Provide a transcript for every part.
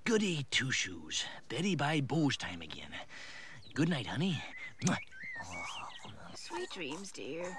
Goody two-shoes. Betty by Bo's time again. Good night, honey. Mwah. Sweet dreams, dear.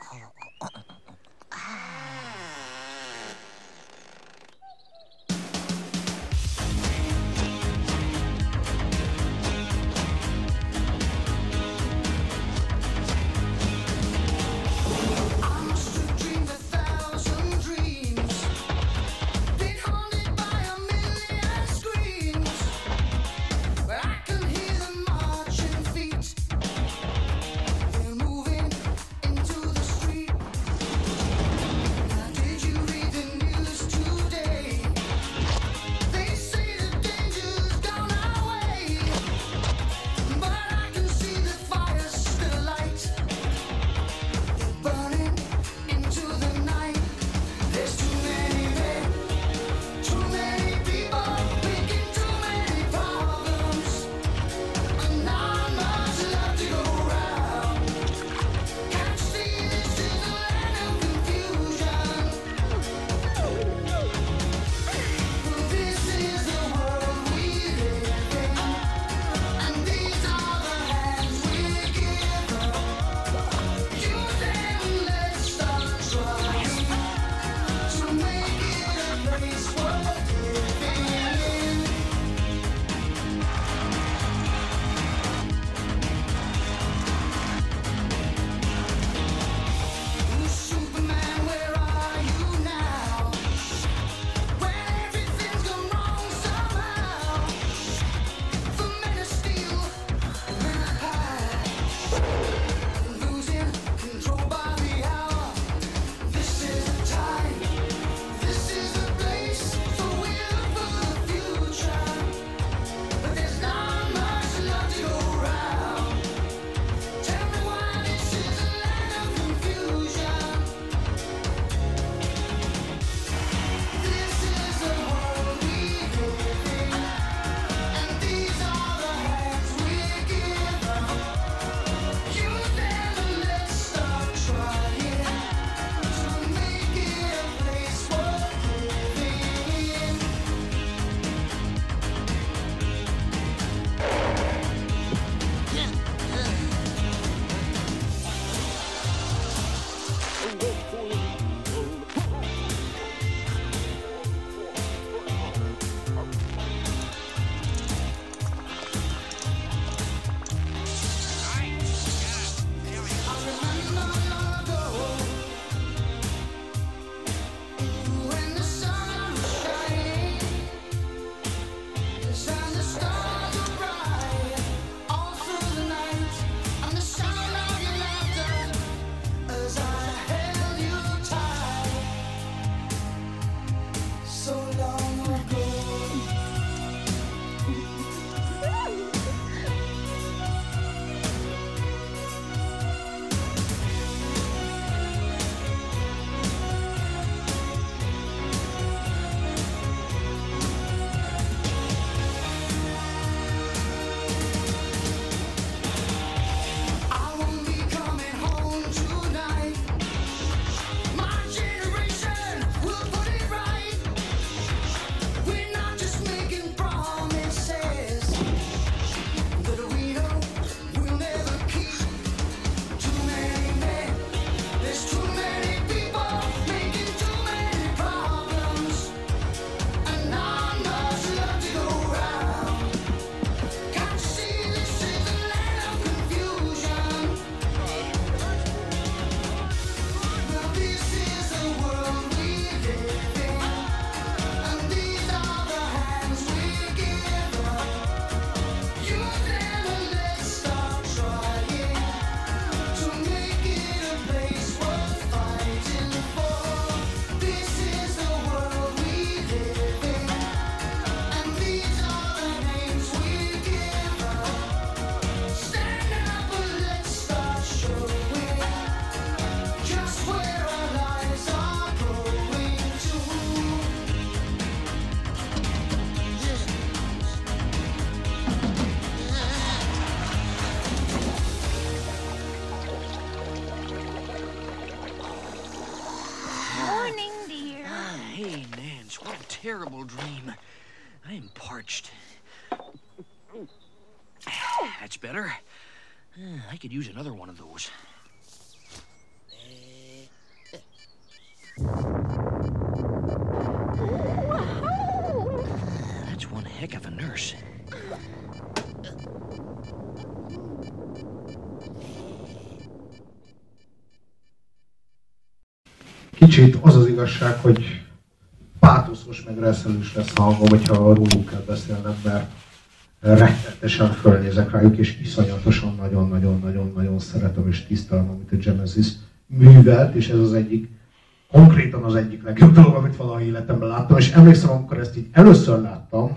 Hey, Nance, what a terrible dream. I am parched. That's better. I could use another one of those. That's one heck of a nurse. Kicsit az az igazság, hogy pátoszos meg reszelős lesz a hangom, hogyha róluk kell beszélnem, mert rettenetesen fölnézek rájuk, és iszonyatosan nagyon-nagyon-nagyon-nagyon szeretem és tisztelem, amit a Genesis művelt, és ez az egyik, konkrétan az egyik legjobb dolog, amit valaha életemben láttam, és emlékszem, amikor ezt így először láttam,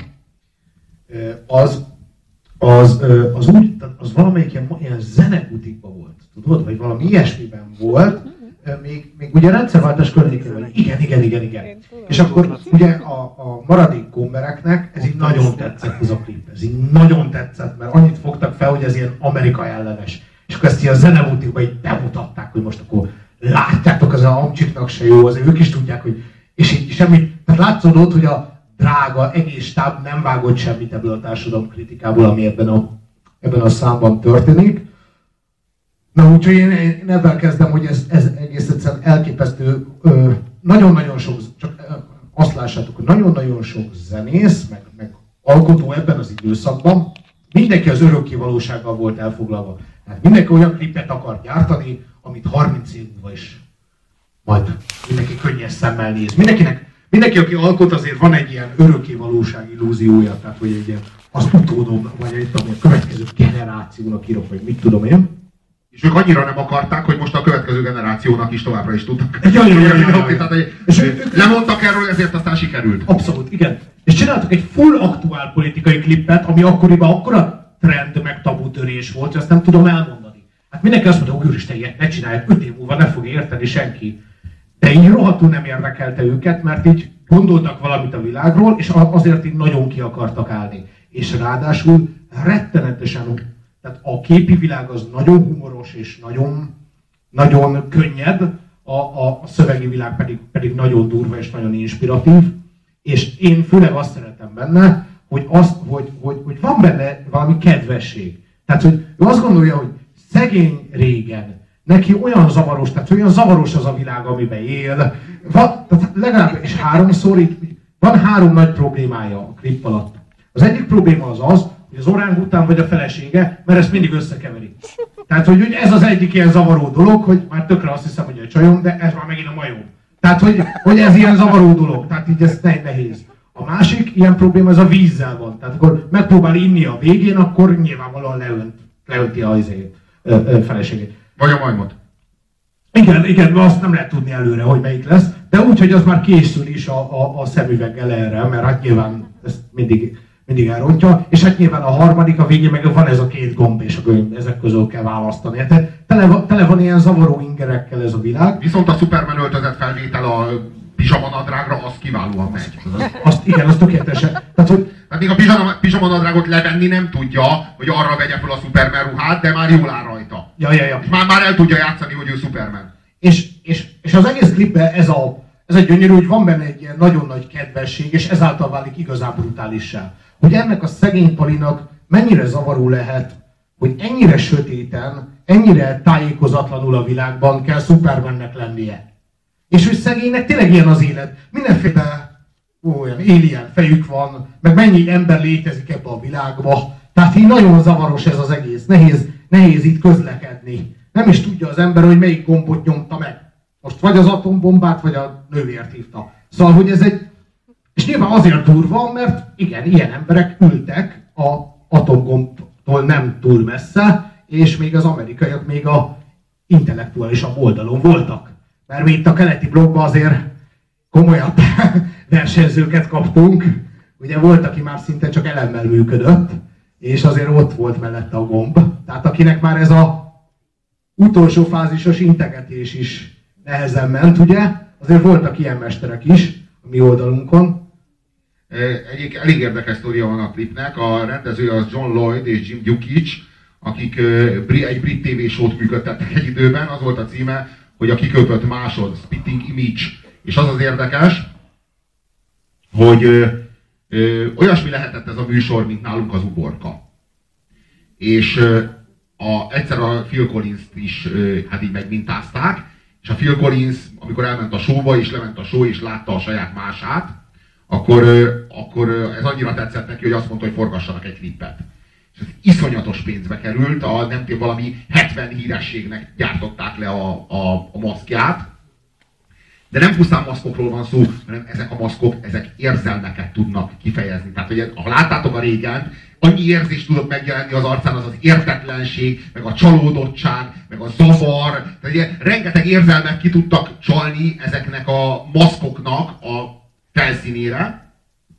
az valamelyik ilyen zenebutikban volt, tudod, vagy valami ilyesmiben volt, még ugye a rendszerváltás környékén, hogy igen. És akkor ugye a maradék kombereknek ez így nagyon tetszett ez a klip, ez így nagyon tetszett, mert annyit fogtak fel, hogy ez ilyen Amerika ellenes. És akkor ezt ilyen zenebutikban így bemutatták, hogy most akkor látjátok, az a Amcsiknak se jó, azért ők is tudják, hogy és így semmit, tehát látszódott, hogy a drága egész stáb nem vágott semmit ebből a társadalomkritikából, ami ebben a számban történik. Na úgyhogy én ebben kezdem, hogy ez egész egyszerűen elképesztő, nagyon-nagyon sok, csak azt lássátok, hogy nagyon-nagyon sok zenész, meg alkotó ebben az időszakban, mindenki az örökké valósággal volt elfoglalva. Tehát mindenki olyan klipet akar gyártani, amit 30 év múlva is majd mindenki könnyes szemmel néz. Mindenki, aki alkot, azért van egy ilyen örökké valóság illúziója, tehát hogy egy ilyen az utódom, vagy a következő generációnak írok, vagy mit tudom én. És ők annyira nem akarták, hogy most a következő generációnak is továbbra is tudtak. Lemondtak erről, ezért aztán sikerült. Abszolút, igen. És csináltak egy full aktuál politikai klippet, ami akkoriban akkora trend meg tabutörés volt, hogy azt nem tudom elmondani. Hát mindenki azt mondta, hogy úristen, ilyet ne csinálják, 5 év múlva ne fog érteni senki. De így rohadtul nem érdekelte őket, mert így gondoltak valamit a világról, és azért így nagyon ki akartak állni. És ráadásul rettenetesen, tehát a képi világ az nagyon humoros és nagyon könnyed, a szövegi világ pedig nagyon durva és nagyon inspiratív. És én főleg azt szeretem benne, hogy van benne valami kedvesség. Tehát, hogy ő azt gondolja, hogy szegény régen, neki olyan zavaros, tehát olyan zavaros az a világ, amiben él. Tehát legalább és háromszor így van 3 nagy problémája a klip alatt. Az egyik probléma az, hogy az orángután vagy a felesége, mert ezt mindig összekeveri. Tehát, hogy ez az egyik ilyen zavaró dolog, hogy már tökre azt hiszem, hogy a csajom, de ez már megint a majom. Tehát, hogy ez ilyen zavaró dolog, tehát így ez nehéz. A másik ilyen probléma, ez a vízzel van. Tehát akkor megpróbál inni a végén, akkor nyilvánvalóan leönti a feleségét. Vagy a majmot. Igen, azt nem lehet tudni előre, hogy melyik lesz, de úgy, hogy az már készül is a szemüveggel erre, mert hát nyilván ezt mindig elrontja, és hát nyilván a harmadik, a végén meg van ez a 2 gomb, és akkor ezek közül kell választani. Hát tele van ilyen zavaró ingerekkel ez a világ. Viszont a Superman öltözet felvétel a pizsamanadrágra, az kiválóan megy. Az tökéletesen. Tehát még a pizsamanadrágot levenni nem tudja, hogy arra vegye fel a Superman ruhát, de már jól áll rajta. Ja. És már el tudja játszani, hogy ő Superman. És az egész klipben ez egy gyönyörű, hogy van benne egy ilyen nagyon nagy kedvesség, és ezáltal válik igazán brutálissá. Hogy ennek a szegény palinak mennyire zavaró lehet, hogy ennyire sötéten, ennyire tájékozatlanul a világban kell Supermannek lennie. És hogy szegénynek tényleg ilyen az élet. Mindenféle olyan alien fejük van, meg mennyi ember létezik ebbe a világba. Tehát így nagyon zavaros ez az egész. Nehéz itt közlekedni. Nem is tudja az ember, hogy melyik gombot nyomta meg. Most vagy az atombombát, vagy a nővért hívta. Szóval, hogy ez egy... És nyilván azért durva, mert igen, ilyen emberek ültek a atomgombtól nem túl messze, és még az amerikaiak még a intellektuálisabb oldalon voltak. Mert mi itt a keleti blokkban azért komolyabb versenyzőket kaptunk. Ugye volt, aki már szinte csak elemmel működött, és azért ott volt mellette a gomb. Tehát akinek már ez a utolsó fázisos integetés is nehezen ment, ugye? Azért voltak ilyen mesterek is a mi oldalunkon. Egy elég érdekes sztoria van a klipnek. A rendezője az John Lloyd és Jim Dukic, akik egy brit TV-sót működtettek egy időben. Az volt a címe, hogy a kiköpött másod, Spitting Image. És az érdekes, hogy olyasmi lehetett ez a műsor, mint nálunk az Uborka. és egyszer a Phil Collins-t is hát így megmintázták, és a Phil Collins, amikor elment a showba, és lement a show, és látta a saját mását, akkor ez annyira tetszett neki, hogy azt mondta, hogy forgassanak egy klippet. És ez iszonyatos pénzbe került, nem tudom, valami 70 hírességnek gyártották le a maszkját. De nem pusztán maszkokról van szó, hanem ezek a maszkok, ezek érzelmeket tudnak kifejezni. Tehát, hogy ha láttátok a régen, annyi érzést tudott megjelenni az arcán, az értetlenség, meg a csalódottság, meg a zavar. Tehát ugye, rengeteg érzelmet ki tudtak csalni ezeknek a maszkoknak a felszínére.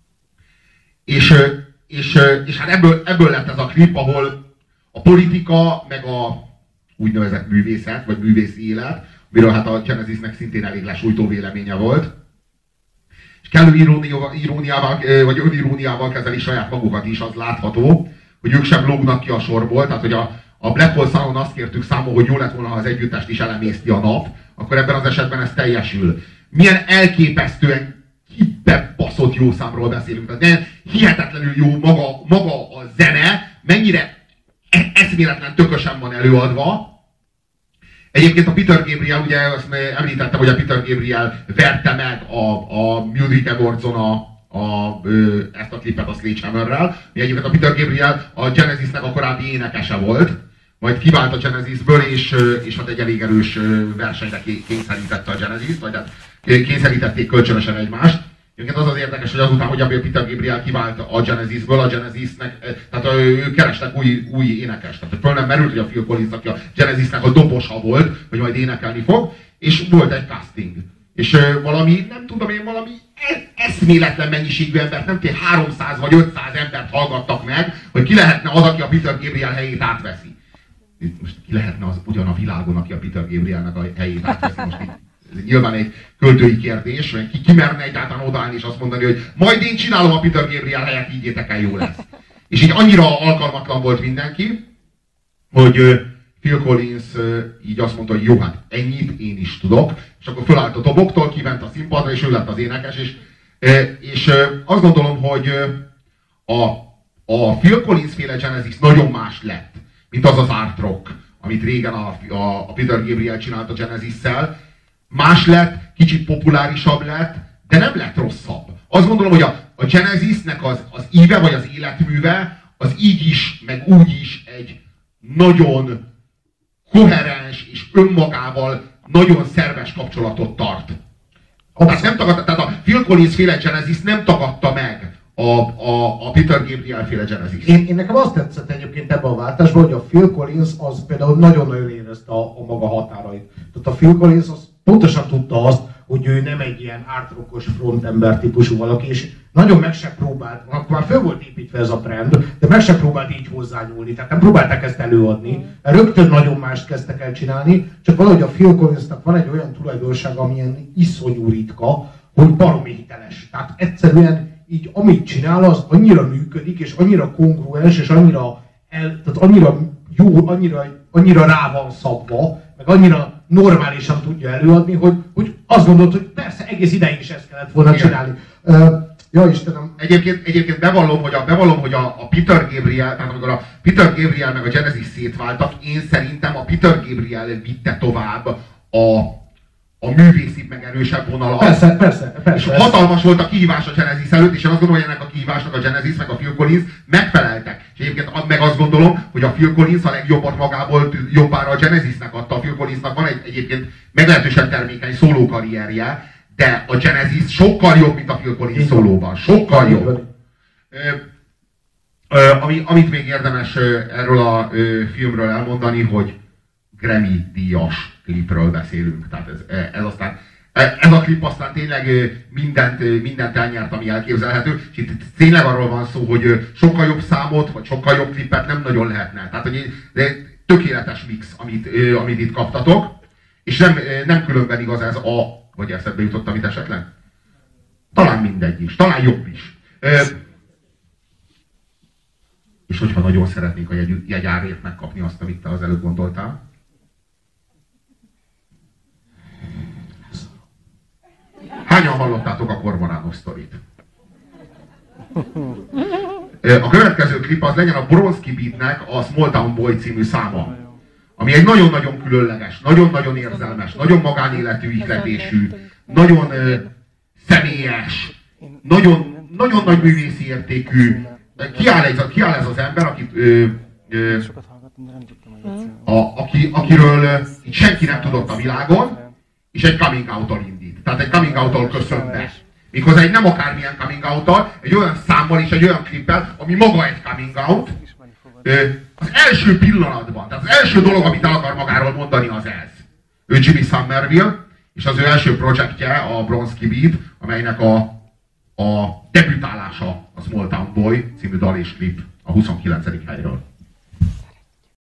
És hát ebből lett ez a klip, ahol a politika, meg a úgynevezett művészet, vagy művészi élet, miről hát a Genesisnek szintén elég lesújtó véleménye volt. És kellő iróniával, vagy öniróniával kezeli saját magukat is, az látható, hogy ők sem lógnak ki a sorból. Tehát, hogy a Black Hole Sun-on azt kértük számon, hogy jó lett volna, ha az együttest is elemészti a nap, akkor ebben az esetben ez teljesül. Milyen elképesztően kibaszott jó számról beszélünk. Tehát milyen hihetetlenül jó maga a zene, mennyire eszméletlen tökösen van előadva. Egyébként a Peter Gabriel, ugye azt említettem, hogy a Peter Gabriel verte meg a Music Awards-on ezt a klipet a Sledgehammerrel. Egyébként a Peter Gabriel a Genesisnek a korábbi énekese volt, majd kivált a Genesisből, és hát egy elég erős versenyre kényszerítette a Genesis-t, vagy hát kényszerítették kölcsönösen egymást. Egyébként az az érdekes, hogy azután, hogy a Peter Gabriel kivált a Genesisből, a Genesisnek, tehát ők kerestek új énekest. Tehát föl nem merült, hogy a Phil Collins, aki a Genesisnek a dobosa volt, hogy majd énekelni fog, és volt egy casting. És valami, nem tudom én, valami eszméletlen mennyiségű embert, nem tudom, 300 vagy 500 embert hallgattak meg, hogy ki lehetne az, aki a Peter Gabriel helyét átveszi. Most ki lehetne az ugyan a világon, aki a Peter Gabrielnek a helyét átveszi? Most így, ez nyilván egy költői kérdés, mert ki merne egyáltalán odaállni és azt mondani, hogy majd én csinálom a Peter Gabriel helyet, higgyétek el, jó lesz. És így annyira alkalmatlan volt mindenki, hogy Phil Collins így azt mondta, hogy jó, hát ennyit én is tudok, és akkor fölállt a doboktól, kiment a színpadra, és ő lett az énekes, és azt gondolom, hogy a Phil Collins féle Genesis nagyon más lett, mint az art rock, amit régen a Peter Gabriel csinált a Genesis-szel. Más lett, kicsit populárisabb lett, de nem lett rosszabb. Azt gondolom, hogy a Genesisnek az íve, vagy az életműve, az így is, meg úgy is egy nagyon koherens és önmagával nagyon szerves kapcsolatot tart. Tehát a Phil Collins féle Genesis nem tagadta meg a Peter Gabriel féle Genesis. Én nekem azt tetszett egyébként ebben a váltásban, hogy a Phil Collins az például nagyon-nagyon érezte a maga határait. Tehát a Phil Collins az pontosan tudta azt, hogy ő nem egy ilyen art rockos frontember típusú valaki, és nagyon meg se próbált, akkor már föl volt építve ez a trend, de meg se próbált így hozzányúlni, tehát nem próbálták ezt előadni, rögtön nagyon mást kezdtek el csinálni, csak valahogy a Phil Collinsnak van egy olyan tulajdonsága, amilyen iszonyú ritka, hogy baromi hiteles. Tehát egyszerűen így amit csinál, az annyira működik, és annyira kongruens, és tehát annyira jó, annyira rá van szabva, meg annyira normálisan tudja előadni, hogy azt gondolt, hogy persze egész ideig is ezt kellett volna csinálni. Ja Istenem. Egyébként bevallom, hogy a Peter Gabriel, tehát amikor a Peter Gabriel meg a Genesis szétváltak, én szerintem a Peter Gabriel vitte tovább a művészibb, meg erősebb vonalat. Persze. És hatalmas volt a kihívás a Genesis előtt, és én azt gondolom, hogy ennek a kihívásnak a Genesis meg a Phil Collins megfeleltek. És egyébként meg azt gondolom, hogy a Phil Collins a legjobbat magából jobbára a Genesisnek adta. A Phil Collinsnak van egyébként meglehetősen termékeny szólókarrierje, de a Genesis sokkal jobb, mint a Phil Collins szólóban. Sokkal jobb. Amit még érdemes erről a filmről elmondani, hogy Grammy díjas klipről beszélünk. Tehát ez a klip aztán tényleg mindent elnyert, ami elképzelhető. És itt tényleg arról van szó, hogy sokkal jobb számot, vagy sokkal jobb klipet nem nagyon lehetne. Tehát, hogy tökéletes mix, amit itt kaptatok. És nem különben igaz ez vagy eszedbe jutott, amit esetleg? Talán mindegy is. Talán jobb is. És hogyha nagyon szeretnénk a jegyárért megkapni azt, amit te az előbb gondoltál? Hányan hallottátok a Kormorános sztorit? A következő klip az legyen a Bronski Beatnek a Small Town Boy című száma, ami egy nagyon-nagyon különleges, nagyon-nagyon érzelmes, nagyon magánéletű ihletésű, nagyon személyes, nagyon nagy művészi értékű. Kiáll ez az ember, akiről senki nem tudott a világon, és egy coming out-tal indít. Tehát egy coming out-tal köszön be. Méghozzá egy nem akármilyen coming out-tal, egy olyan számmal és egy olyan klippel, ami maga egy coming out. Az első pillanatban, tehát az első dolog, amit el akar magáról mondani, az ez. Ő Jimmy Somerville, és az ő első projektje a Bronski Beat, amelynek a debütálása a Small Town Boy című dal és klip a 29. helyről.